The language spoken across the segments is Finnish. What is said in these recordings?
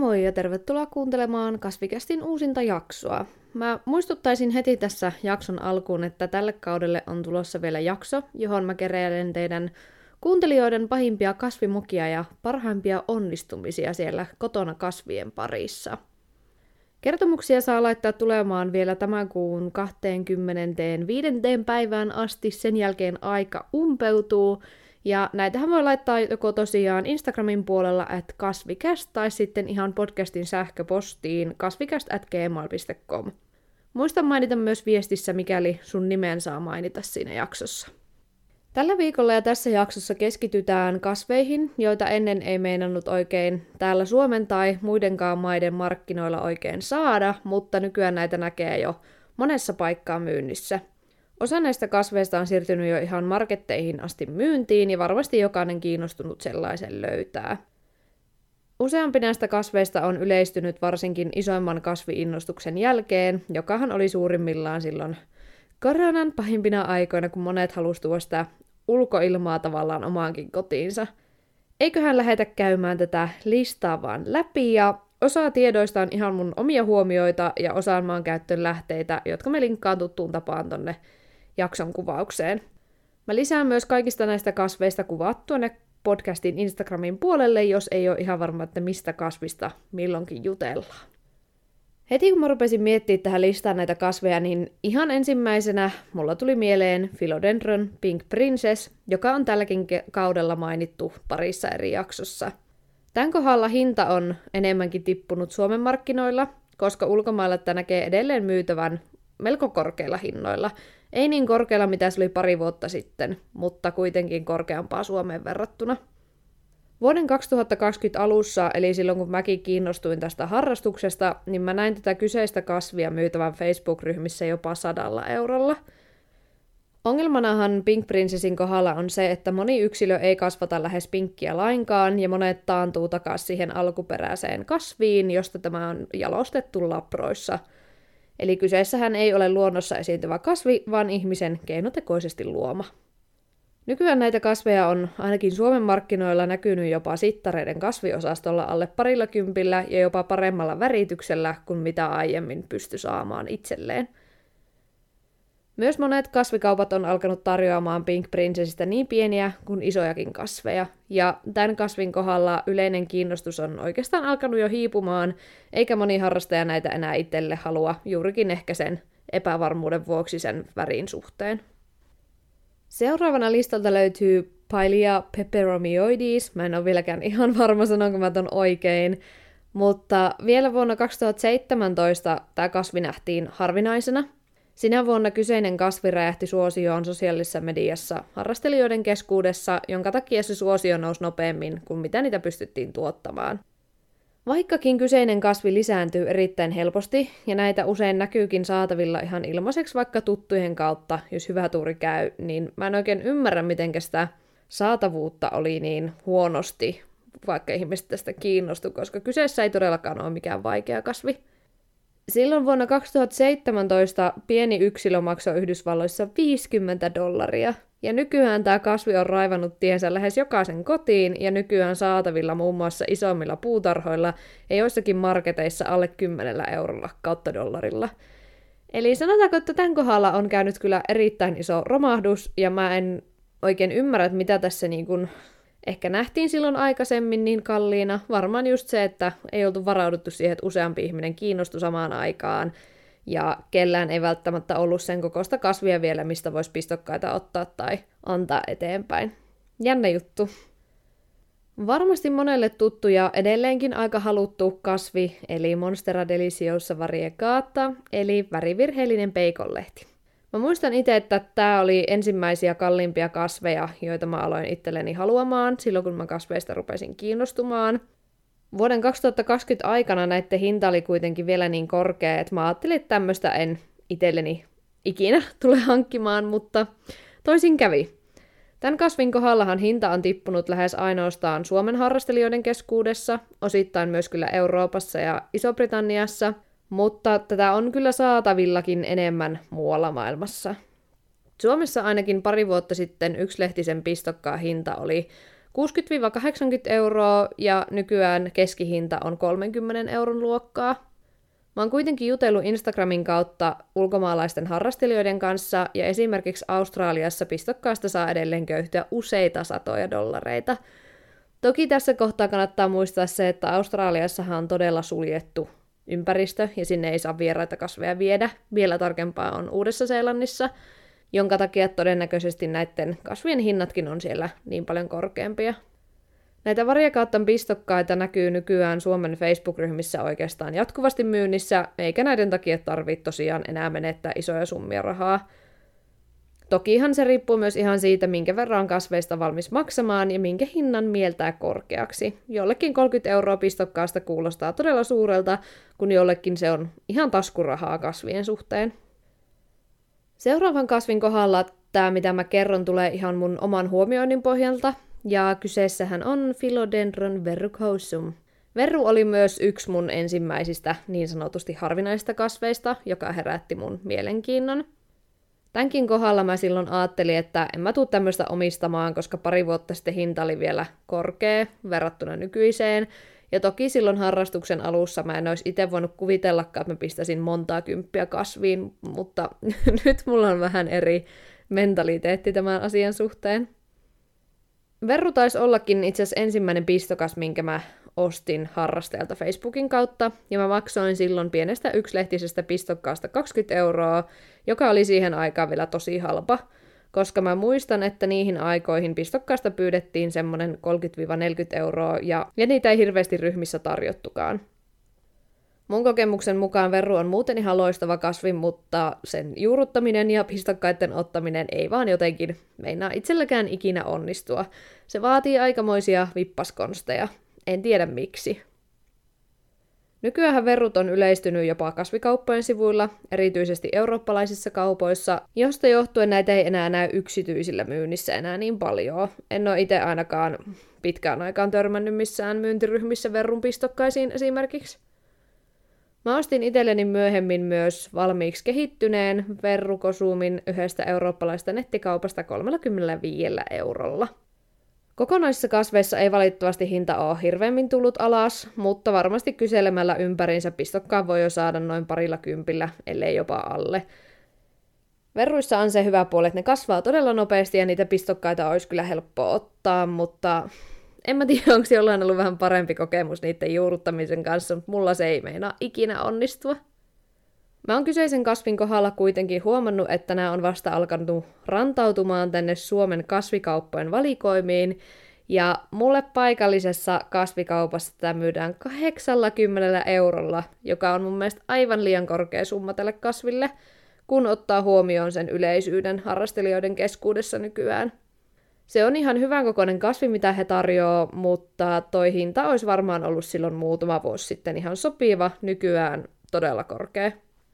moi ja tervetuloa kuuntelemaan Kasvikästin uusinta jaksoa. Mä muistuttaisin heti tässä jakson alkuun, että tälle kaudelle on tulossa vielä jakso, johon mä keräilen teidän kuuntelijoiden pahimpia kasvimukia ja parhaimpia onnistumisia siellä kotona kasvien parissa. Kertomuksia saa laittaa tulemaan vielä tämän kuun 25. päivään asti, sen jälkeen aika umpeutuu. Ja näitähän voi laittaa joko tosiaan Instagramin puolella @kasvikäst tai sitten ihan podcastin sähköpostiin kasvikäst@gmail.com. Muista mainita myös viestissä, mikäli sun nimen saa mainita siinä jaksossa. Tällä viikolla ja tässä jaksossa keskitytään kasveihin, joita ennen ei meinannut oikein täällä Suomen tai muidenkaan maiden markkinoilla oikein saada, mutta nykyään näitä näkee jo monessa paikkaa myynnissä. Osa näistä kasveista on siirtynyt jo ihan marketteihin asti myyntiin ja varmasti jokainen kiinnostunut sellaisen löytää. Useampi näistä kasveista on yleistynyt varsinkin isoimman kasvi-innostuksen jälkeen, jokahan oli suurimmillaan silloin koronan pahimpina aikoina, kun monet halusi tuoda sitä ulkoilmaa tavallaan omaankin kotiinsa. Eiköhän lähetä käymään tätä listaa vaan läpi ja osa tiedoista on ihan mun omia huomioita ja osa on maankäyttöön lähteitä, jotka me linkkaan tuttuun tapaan tonne jakson kuvaukseen. Mä lisään myös kaikista näistä kasveista kuvat tuonne podcastin Instagramin puolelle, jos ei ole ihan varma, että mistä kasvista milloinkin jutellaan. Heti kun mä rupesin miettimään tähän listaan näitä kasveja, niin ihan ensimmäisenä mulla tuli mieleen Philodendron Pink Princess, joka on tälläkin kaudella mainittu parissa eri jaksossa. Tämän kohdalla hinta on enemmänkin tippunut Suomen markkinoilla, koska ulkomailla tämä näkee edelleen myytävän melko korkeilla hinnoilla. Ei niin korkealla, mitä se oli pari vuotta sitten, mutta kuitenkin korkeampaa Suomeen verrattuna. Vuoden 2020 alussa, eli silloin kun mäkin kiinnostuin tästä harrastuksesta, niin mä näin tätä kyseistä kasvia myytävän Facebook-ryhmissä jopa 100 eurolla. Ongelmanahan Pink Princessin kohdalla on se, että moni yksilö ei kasvata lähes pinkkiä lainkaan, ja monet taantuu takaisin siihen alkuperäiseen kasviin, josta tämä on jalostettu laproissa. Eli kyseessähän ei ole luonnossa esiintyvä kasvi, vaan ihmisen keinotekoisesti luoma. Nykyään näitä kasveja on ainakin Suomen markkinoilla näkynyt jopa sittareiden kasviosastolla alle 20 ja jopa paremmalla värityksellä kuin mitä aiemmin pystyi saamaan itselleen. Myös monet kasvikaupat on alkanut tarjoamaan Pink Princessistä niin pieniä kuin isojakin kasveja, ja tämän kasvin kohdalla yleinen kiinnostus on oikeastaan alkanut jo hiipumaan, eikä moni harrastaja näitä enää itselle halua, juurikin ehkä sen epävarmuuden vuoksi sen värin suhteen. Seuraavana listalta löytyy Pilea peperomioides, mä en ole vieläkään ihan varma sanonko mä ton oikein, mutta vielä vuonna 2017 tämä kasvi nähtiin harvinaisena. Sinä vuonna kyseinen kasvi räjähti suosioon sosiaalisessa mediassa harrastelijoiden keskuudessa, jonka takia se suosio nousi nopeammin kuin mitä niitä pystyttiin tuottamaan. Vaikkakin kyseinen kasvi lisääntyy erittäin helposti, ja näitä usein näkyykin saatavilla ihan ilmaiseksi vaikka tuttujen kautta, jos hyvä tuuri käy, niin mä en oikein ymmärrä, miten sitä saatavuutta oli niin huonosti, vaikka ihmiset tästä kiinnostu, koska kyseessä ei todellakaan ole mikään vaikea kasvi. Silloin vuonna 2017 pieni yksilö maksoi Yhdysvalloissa $50, ja nykyään tämä kasvi on raivannut tiensä lähes jokaisen kotiin, ja nykyään saatavilla muun muassa isommilla puutarhoilla ja joissakin marketeissa alle 10 eurolla kautta dollarilla. Eli sanotaanko, että tämän kohdalla on käynyt kyllä erittäin iso romahdus, ja mä en oikein ymmärrä, että mitä tässä niin kuin ehkä nähtiin silloin aikaisemmin niin kalliina. Varmaan just se, että ei oltu varauduttu siihen, että useampi ihminen kiinnostui samaan aikaan, ja kellään ei välttämättä ollut sen kokoista kasvia vielä, mistä voisi pistokkaita ottaa tai antaa eteenpäin. Jännä juttu. Varmasti monelle tuttu ja edelleenkin aika haluttu kasvi, eli Monstera deliciosa variegata, eli värivirheellinen peikonlehti. Mä muistan itse, että tämä oli ensimmäisiä kalliimpia kasveja, joita mä aloin itselleni haluamaan silloin, kun mä kasveista rupesin kiinnostumaan. Vuoden 2020 aikana näiden hinta oli kuitenkin vielä niin korkea, että mä ajattelin, että tämmöistä en itselleni ikinä tule hankkimaan, mutta toisin kävi. Tämän kasvin kohdallahan hinta on tippunut lähes ainoastaan Suomen harrastelijoiden keskuudessa, osittain myös kyllä Euroopassa ja Iso-Britanniassa, mutta tätä on kyllä saatavillakin enemmän muualla maailmassa. Suomessa ainakin pari vuotta sitten yksilehtisen pistokkaan hinta oli 60–80 € ja nykyään keskihinta on 30 € luokkaa. Mä oon kuitenkin jutellut Instagramin kautta ulkomaalaisten harrastelijoiden kanssa ja esimerkiksi Australiassa pistokkaasta saa edelleen köyhtyä useita satoja dollareita. Toki tässä kohtaa kannattaa muistaa se, että Australiassahan on todella suljettu ympäristö ja sinne ei saa vieraita kasveja viedä. Vielä tarkempaa on Uudessa-Seelannissa, jonka takia todennäköisesti näiden kasvien hinnatkin on siellä niin paljon korkeampia. Näitä varjakauttan pistokkaita näkyy nykyään Suomen Facebook-ryhmissä oikeastaan jatkuvasti myynnissä, eikä näiden takia tarvitse tosiaan enää menettää isoja summia rahaa. Tokihan se riippuu myös ihan siitä, minkä verran kasveista valmis maksamaan ja minkä hinnan mieltää korkeaksi. Jollekin 30 € pistokkaasta kuulostaa todella suurelta, kun jollekin se on ihan taskurahaa kasvien suhteen. Seuraavan kasvin kohdalla tämä, mitä mä kerron, tulee ihan mun oman huomioinnin pohjalta, ja kyseessähän on Philodendron verrucosum. Verru oli myös yksi mun ensimmäisistä niin sanotusti harvinaisista kasveista, joka herätti mun mielenkiinnon. Tämänkin kohdalla mä silloin ajattelin, että en mä tuu tämmöistä omistamaan, koska pari vuotta sitten hinta oli vielä korkea verrattuna nykyiseen. Ja toki silloin harrastuksen alussa mä en olisi itse voinut kuvitellakaan, että mä pistäisin montaa kymppiä kasviin, mutta nyt mulla on vähän eri mentaliteetti tämän asian suhteen. Verru taisi ollakin itse asiassa ensimmäinen pistokas, minkä mä ostin harrastajalta Facebookin kautta, ja mä maksoin silloin pienestä yksilehtisestä pistokkaasta 20 €, joka oli siihen aikaan vielä tosi halpa, koska mä muistan, että niihin aikoihin pistokkaasta pyydettiin semmonen 30–40 €, ja niitä ei hirveästi ryhmissä tarjottukaan. Mun kokemuksen mukaan verru on muuten ihan loistava kasvi, mutta sen juurruttaminen ja pistokkaiden ottaminen ei vaan jotenkin meinaa itselläkään ikinä onnistua. Se vaatii aikamoisia vippaskonsteja. En tiedä miksi. Nykyäänhän verrut on yleistynyt jopa kasvikauppojen sivuilla, erityisesti eurooppalaisissa kaupoissa, josta johtuen näitä ei enää näy yksityisillä myynnissä enää niin paljon. En ole itse ainakaan pitkään aikaan törmännyt missään myyntiryhmissä verrun pistokkaisiin esimerkiksi. Mä ostin itselleni myöhemmin myös valmiiksi kehittyneen verrukosuumin yhdestä eurooppalaista nettikaupasta 35 €. Kokonaisissa kasveissa ei valitettavasti hinta ole hirveämmin tullut alas, mutta varmasti kyselemällä ympäriinsä pistokkaan voi jo saada noin 20, ellei jopa alle. Verruissa on se hyvä puoli, että ne kasvaa todella nopeasti ja niitä pistokkaita olisi kyllä helppo ottaa, mutta en mä tiedä, onko jollain ollut vähän parempi kokemus niiden juurruttamisen kanssa, mutta mulla se ei meinaa ikinä onnistua. Mä oon kyseisen kasvin kohdalla kuitenkin huomannut, että nämä on vasta alkanut rantautumaan tänne Suomen kasvikauppojen valikoimiin, ja mulle paikallisessa kasvikaupassa tämä myydään 80 €, joka on mun mielestä aivan liian korkea summa tälle kasville, kun ottaa huomioon sen yleisyyden harrastelijoiden keskuudessa nykyään. Se on ihan hyvän kokoinen kasvi, mitä he tarjoaa, mutta toi hinta olisi varmaan ollut silloin muutama vuosi sitten ihan sopiva, nykyään todella korkea.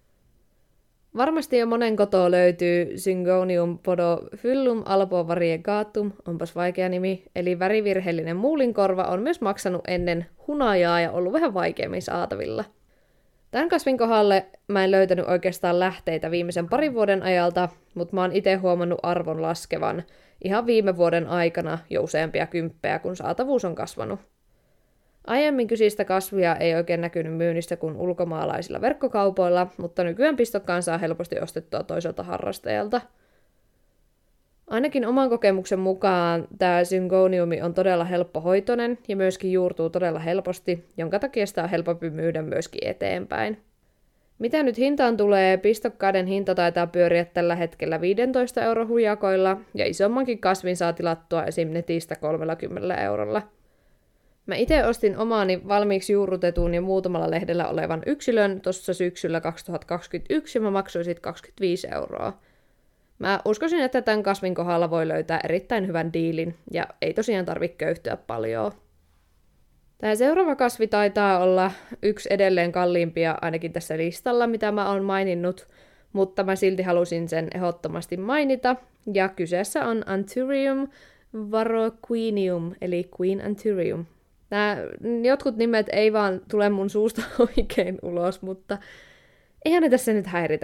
Varmasti jo monen kotoa löytyy Syngonium podophyllum albovariegatum, onpas vaikea nimi, eli värivirheellinen muulinkorva on myös maksanut ennen hunajaa ja ollut vähän vaikeammin saatavilla. Tämän kasvin kohdalle mä en löytänyt oikeastaan lähteitä viimeisen parin vuoden ajalta, mutta mä oon itse huomannut arvon laskevan ihan viime vuoden aikana jo useampia kymppejä, kun saatavuus on kasvanut. Aiemmin kyseistä kasvia ei oikein näkynyt myynnistä kuin ulkomaalaisilla verkkokaupoilla, mutta nykyään pistokkaan saa helposti ostettua toiselta harrastajalta. Ainakin oman kokemuksen mukaan tämä syngoniumi on todella helppohoitoinen ja myöskin juurtuu todella helposti, jonka takia sitä on helpompi myydä myöskin eteenpäin. Mitä nyt hintaan tulee, pistokkaiden hinta taitaa pyöriä tällä hetkellä 15 € hujakoilla ja isommankin kasvin saa tilattua esim. Netistä 30 €. Mä itse ostin omaani valmiiksi juurrutetun ja muutamalla lehdellä olevan yksilön tuossa syksyllä 2021 ja mä maksoin siitä 25 €. Mä uskoisin, että tämän kasvin kohdalla voi löytää erittäin hyvän diilin ja ei tosiaan tarvitse köyhtyä paljon. Tämä seuraava kasvi taitaa olla yksi edelleen kalliimpia ainakin tässä listalla, mitä mä oon maininnut, mutta mä silti halusin sen ehdottomasti mainita. Ja kyseessä on Anthurium varroquinium, eli Queen Anthurium. Nämä jotkut nimet ei vaan tule mun suusta oikein ulos, mutta eihän ne tässä nyt häiritä.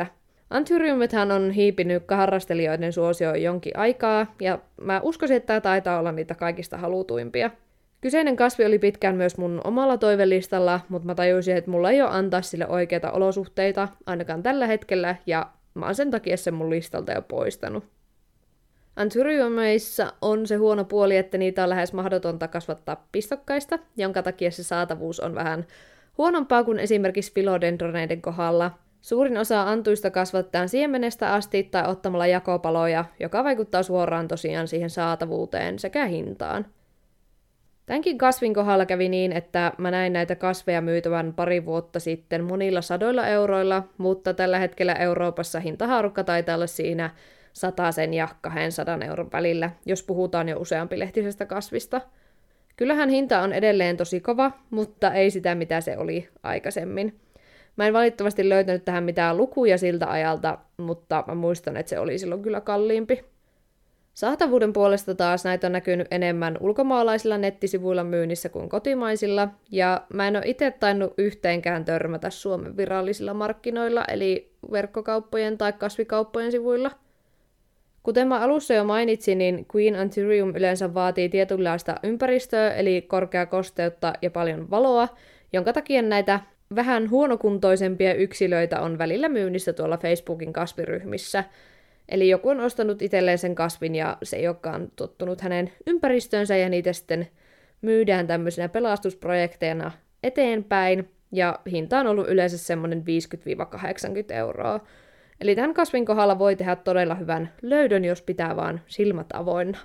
Anthuriumithan on hiipinyt harrastelijoiden suosioon jonkin aikaa, ja mä uskoisin, että tämä taitaa olla niitä kaikista halutuimpia. Kyseinen kasvi oli pitkään myös mun omalla toivelistalla, mutta mä tajusin, että mulla ei ole antaa sille oikeita olosuhteita, ainakaan tällä hetkellä, ja mä oon sen takia sen mun listalta jo poistanut. Anthuriumeissa on se huono puoli, että niitä on lähes mahdotonta kasvattaa pistokkaista, jonka takia se saatavuus on vähän huonompaa kuin esimerkiksi philodendroneiden kohdalla. Suurin osa antuista kasvatetaan siemenestä asti tai ottamalla jakopaloja, joka vaikuttaa suoraan tosiaan siihen saatavuuteen sekä hintaan. Tämänkin kasvin kohdalla kävi niin, että mä näin näitä kasveja myytävän pari vuotta sitten monilla sadoilla euroilla, mutta tällä hetkellä Euroopassa hintahaarukka taitaa olla siinä 100 ja 200 euron välillä, jos puhutaan jo useampilehtisestä kasvista. Kyllähän hinta on edelleen tosi kova, mutta ei sitä mitä se oli aikaisemmin. Mä en valitettavasti löytänyt tähän mitään lukuja siltä ajalta, mutta mä muistan, että se oli silloin kyllä kalliimpi. Saatavuuden puolesta taas näitä on näkynyt enemmän ulkomaalaisilla nettisivuilla myynnissä kuin kotimaisilla, ja mä en ole itse tainnut yhteenkään törmätä Suomen virallisilla markkinoilla, eli verkkokauppojen tai kasvikauppojen sivuilla. Kuten mä alussa jo mainitsin, niin Queen Anthurium yleensä vaatii tietynlaista ympäristöä, eli korkeaa kosteutta ja paljon valoa, jonka takia näitä vähän huonokuntoisempia yksilöitä on välillä myynnissä tuolla Facebookin kasviryhmissä. Eli joku on ostanut itselleen sen kasvin ja se ei olekaan tottunut hänen ympäristöönsä ja niitä sitten myydään tämmöisenä pelastusprojekteina eteenpäin. Ja hinta on ollut yleensä semmoinen 50-80 euroa. Eli tämän kasvin kohdalla voi tehdä todella hyvän löydön, jos pitää vaan silmät avoinna.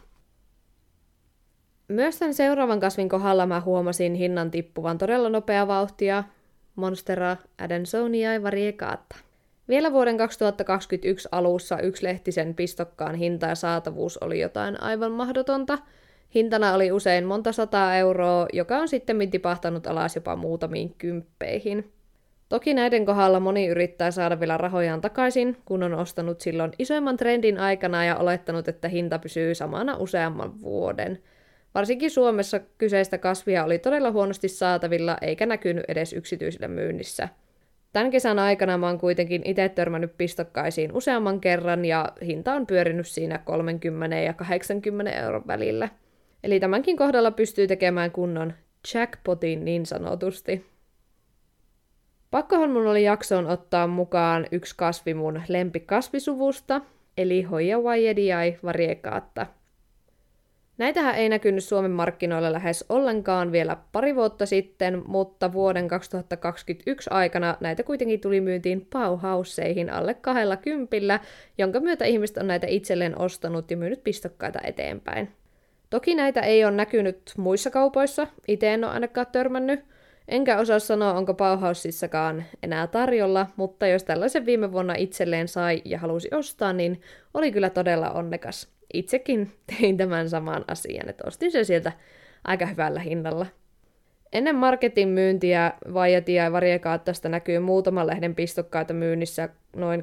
Myös tämän seuraavan kasvin kohdalla mä huomasin hinnan tippuvan todella nopea vauhtia. Monstera adansonii variegata. Vielä vuoden 2021 alussa yksilehtisen pistokkaan hinta ja saatavuus oli jotain aivan mahdotonta. Hintana oli usein monta 100 euroa, joka on sitten tipahtanut alas jopa muutamiin kymppeihin. Toki näiden kohdalla moni yrittää saada vielä rahojaan takaisin, kun on ostanut silloin isoimman trendin aikana ja olettanut, että hinta pysyy samana useamman vuoden. Varsinkin Suomessa kyseistä kasvia oli todella huonosti saatavilla eikä näkynyt edes yksityisillä myynnissä. Tämän kesän aikana mä oon kuitenkin itse törmännyt pistokkaisiin useamman kerran ja hinta on pyörinyt siinä 30 ja 80 euron välillä. Eli tämänkin kohdalla pystyy tekemään kunnon jackpotin niin sanotusti. Pakkohan mun oli jaksoon ottaa mukaan yksi kasvi mun lempikasvisuvusta, eli Hoya Wayedii variegata. Näitähän ei näkynyt Suomen markkinoilla lähes ollenkaan vielä pari vuotta sitten, mutta vuoden 2021 aikana näitä kuitenkin tuli myyntiin Bauhausseihin alle 20, jonka myötä ihmiset on näitä itselleen ostanut ja myynyt pistokkaita eteenpäin. Toki näitä ei ole näkynyt muissa kaupoissa, itse en ole ainakaan törmännyt, enkä osaa sanoa, onko Bauhausissakaan enää tarjolla, mutta jos tällaisen viime vuonna itselleen sai ja halusi ostaa, niin oli kyllä todella onnekas. Itsekin tein tämän saman asian, että ostin sen sieltä aika hyvällä hinnalla. Ennen marketin myyntiä Wayedii variegatasta näkyy muutaman lehden pistokkaita myynnissä noin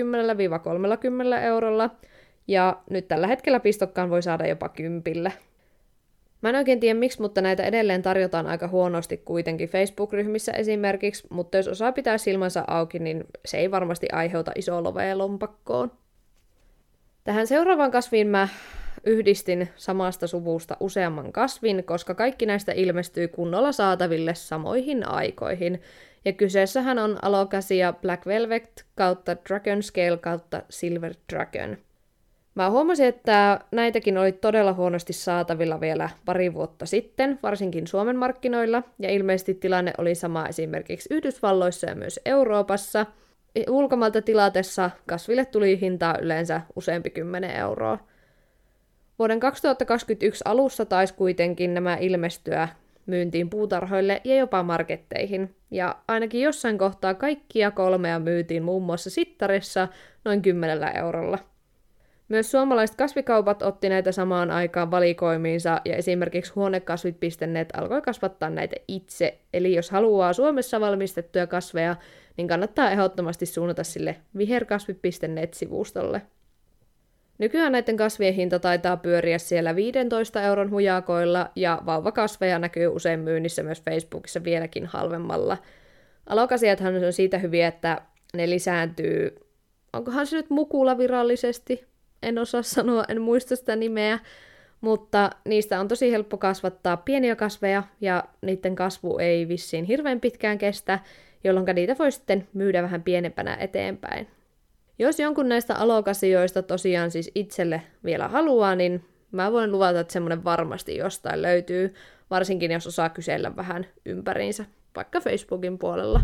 20-30 eurolla, ja nyt tällä hetkellä pistokkaan voi saada jopa 10. Mä en oikein tiedä miksi, mutta näitä edelleen tarjotaan aika huonosti kuitenkin Facebook-ryhmissä esimerkiksi, mutta jos osaa pitää silmänsä auki, niin se ei varmasti aiheuta isoa lovea lompakkoon. Tähän seuraavaan kasviin mä yhdistin samasta suvusta useamman kasvin, koska kaikki näistä ilmestyy kunnolla saataville samoihin aikoihin. Ja kyseessähän on Alocasia Black Velvet kautta Dragon Scale kautta Silver Dragon. Mä huomasin, että näitäkin oli todella huonosti saatavilla vielä pari vuotta sitten, varsinkin Suomen markkinoilla, ja ilmeisesti tilanne oli sama esimerkiksi Yhdysvalloissa ja myös Euroopassa. Ulkomailta tilatessa kasville tuli hintaa yleensä useampi 10 euroa. Vuoden 2021 alussa taisi kuitenkin nämä ilmestyä myyntiin puutarhoille ja jopa marketteihin, ja ainakin jossain kohtaa kaikkia 3 myytiin muun muassa Sittarissa noin 10 eurolla. Myös suomalaiset kasvikaupat otti näitä samaan aikaan valikoimiinsa, ja esimerkiksi huonekasvit.net alkoi kasvattaa näitä itse, eli jos haluaa Suomessa valmistettuja kasveja, niin kannattaa ehdottomasti suunnata sille viherkasvit.net-sivustolle. Nykyään näiden kasvien hinta taitaa pyöriä siellä 15 euron hujakoilla, ja vauvakasveja näkyy usein myynnissä myös Facebookissa vieläkin halvemmalla. Alokasiathan on siitä hyviä, että ne lisääntyy onkohan se nyt mukula virallisesti, en osaa sanoa, en muista sitä nimeä, mutta niistä on tosi helppo kasvattaa pieniä kasveja, ja niiden kasvu ei vissiin hirveän pitkään kestä, jolloin niitä voi sitten myydä vähän pienempänä eteenpäin. Jos jonkun näistä alokasioista tosiaan siis itselle vielä haluaa, niin mä voin luvata, että semmoinen varmasti jostain löytyy, varsinkin jos osaa kysellä vähän ympäriinsä, vaikka Facebookin puolella.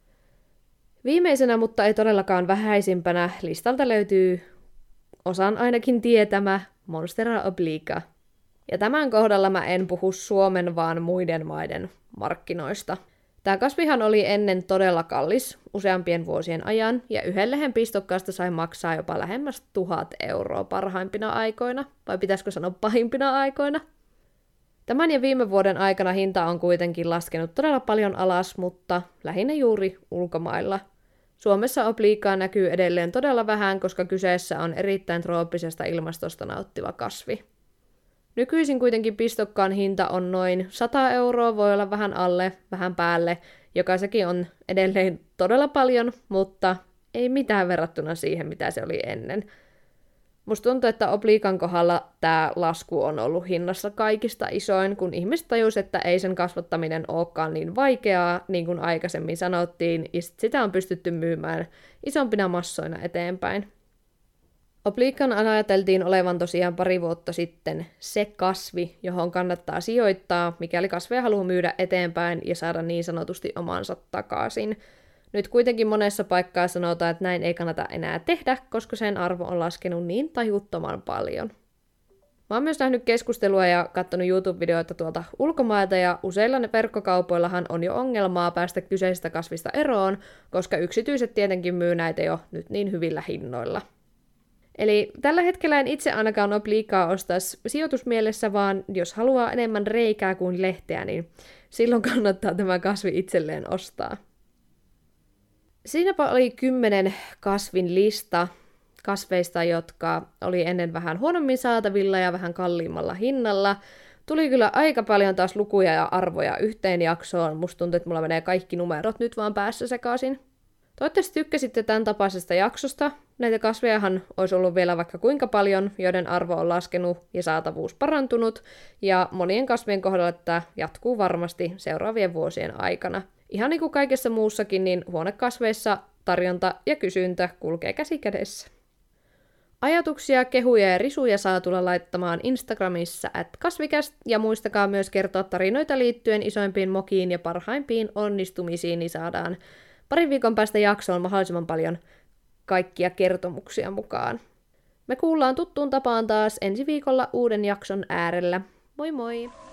Viimeisenä, mutta ei todellakaan vähäisimpänä, listalta löytyy osan ainakin tietämä Monstera obliqua. Ja tämän kohdalla mä en puhu Suomen, vaan muiden maiden markkinoista. Tämä kasvihan oli ennen todella kallis useampien vuosien ajan, ja yhden lehen pistokkaasta sai maksaa jopa lähemmäs 1000 € parhaimpina aikoina, vai pitäisikö sanoa pahimpina aikoina? Tämän ja viime vuoden aikana hinta on kuitenkin laskenut todella paljon alas, mutta lähinnä juuri ulkomailla. Suomessa obliqua näkyy edelleen todella vähän, koska kyseessä on erittäin trooppisesta ilmastosta nauttiva kasvi. Nykyisin kuitenkin pistokkaan hinta on noin 100 €, voi olla vähän alle, vähän päälle, joka sekin on edelleen todella paljon, mutta ei mitään verrattuna siihen, mitä se oli ennen. Musta tuntuu, että obliquan kohdalla tämä lasku on ollut hinnassa kaikista isoin, kun ihmiset tajusivat, että ei sen kasvattaminen olekaan niin vaikeaa, niin kuin aikaisemmin sanottiin, ja sitä on pystytty myymään isompina massoina eteenpäin. Obliquan ajateltiin olevan tosiaan pari vuotta sitten se kasvi, johon kannattaa sijoittaa, mikäli kasveja haluaa myydä eteenpäin ja saada niin sanotusti omansa takaisin. Nyt kuitenkin monessa paikkaa sanotaan, että näin ei kannata enää tehdä, koska sen arvo on laskenut niin tajuttoman paljon. Mä oon myös nähnyt keskustelua ja katsonut YouTube-videoita tuolta ulkomailta, ja useilla verkkokaupoillahan on jo ongelmaa päästä kyseisestä kasvista eroon, koska yksityiset tietenkin myy näitä jo nyt niin hyvillä hinnoilla. Eli tällä hetkellä en itse ainakaan obliquaa ostaisi sijoitusmielessä, vaan jos haluaa enemmän reikää kuin lehteä, niin silloin kannattaa tämä kasvi itselleen ostaa. Siinäpä oli 10 kasvin lista kasveista, jotka oli ennen vähän huonommin saatavilla ja vähän kalliimmalla hinnalla. Tuli kyllä aika paljon taas lukuja ja arvoja yhteen jaksoon. Musta tuntuu, että mulla menee kaikki numerot nyt vaan päässä sekaisin. Toivottavasti tykkäsitte tämän tapaisesta jaksosta. Näitä kasvejahan olisi ollut vielä vaikka kuinka paljon, joiden arvo on laskenut ja saatavuus parantunut, ja monien kasvien kohdalla tämä jatkuu varmasti seuraavien vuosien aikana. Ihan niin kuin kaikessa muussakin, niin huonekasveissa tarjonta ja kysyntä kulkee käsi kädessä. Ajatuksia, kehuja ja risuja saa tulla laittamaan Instagramissa @kasvikäst, ja muistakaa myös kertoa tarinoita liittyen isoimpiin mokiin ja parhaimpiin onnistumisiin, niin saadaan parin viikon päästä jaksoon mahdollisimman paljon kaikkia kertomuksia mukaan. Me kuullaan tuttuun tapaan taas ensi viikolla uuden jakson äärellä. Moi moi!